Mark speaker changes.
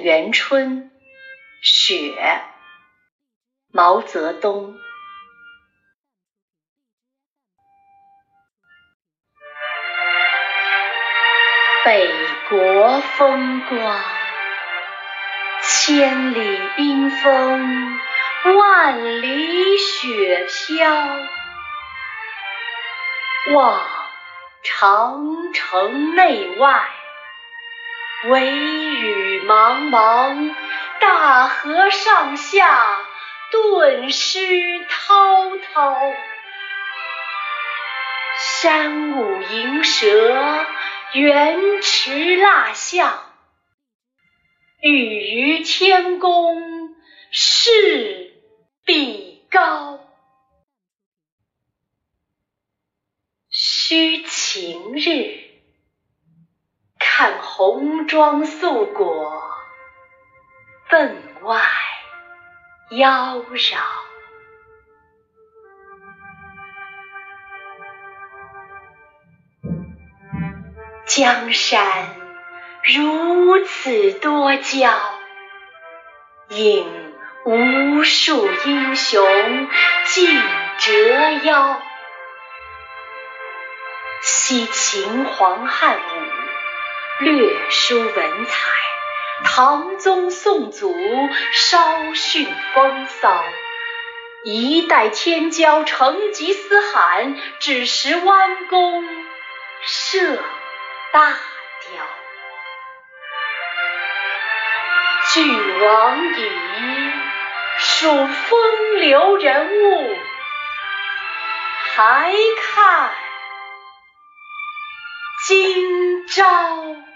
Speaker 1: 元春，雪，毛泽东。北国风光，千里冰封，万里雪飘。望长城内外，惟余茫茫，大河上下，顿失滔滔。山舞银蛇，原驰蜡象，欲于天公，试比高。须晴日，看红装素裹，分外妖娆。江山如此多娇，引无数英雄竞折腰。惜秦皇汉武，略输文采，唐宗宋祖，稍逊风骚。一代天骄成吉思汗，只识弯弓射大雕。俱往矣，数风流人物，还看今朝。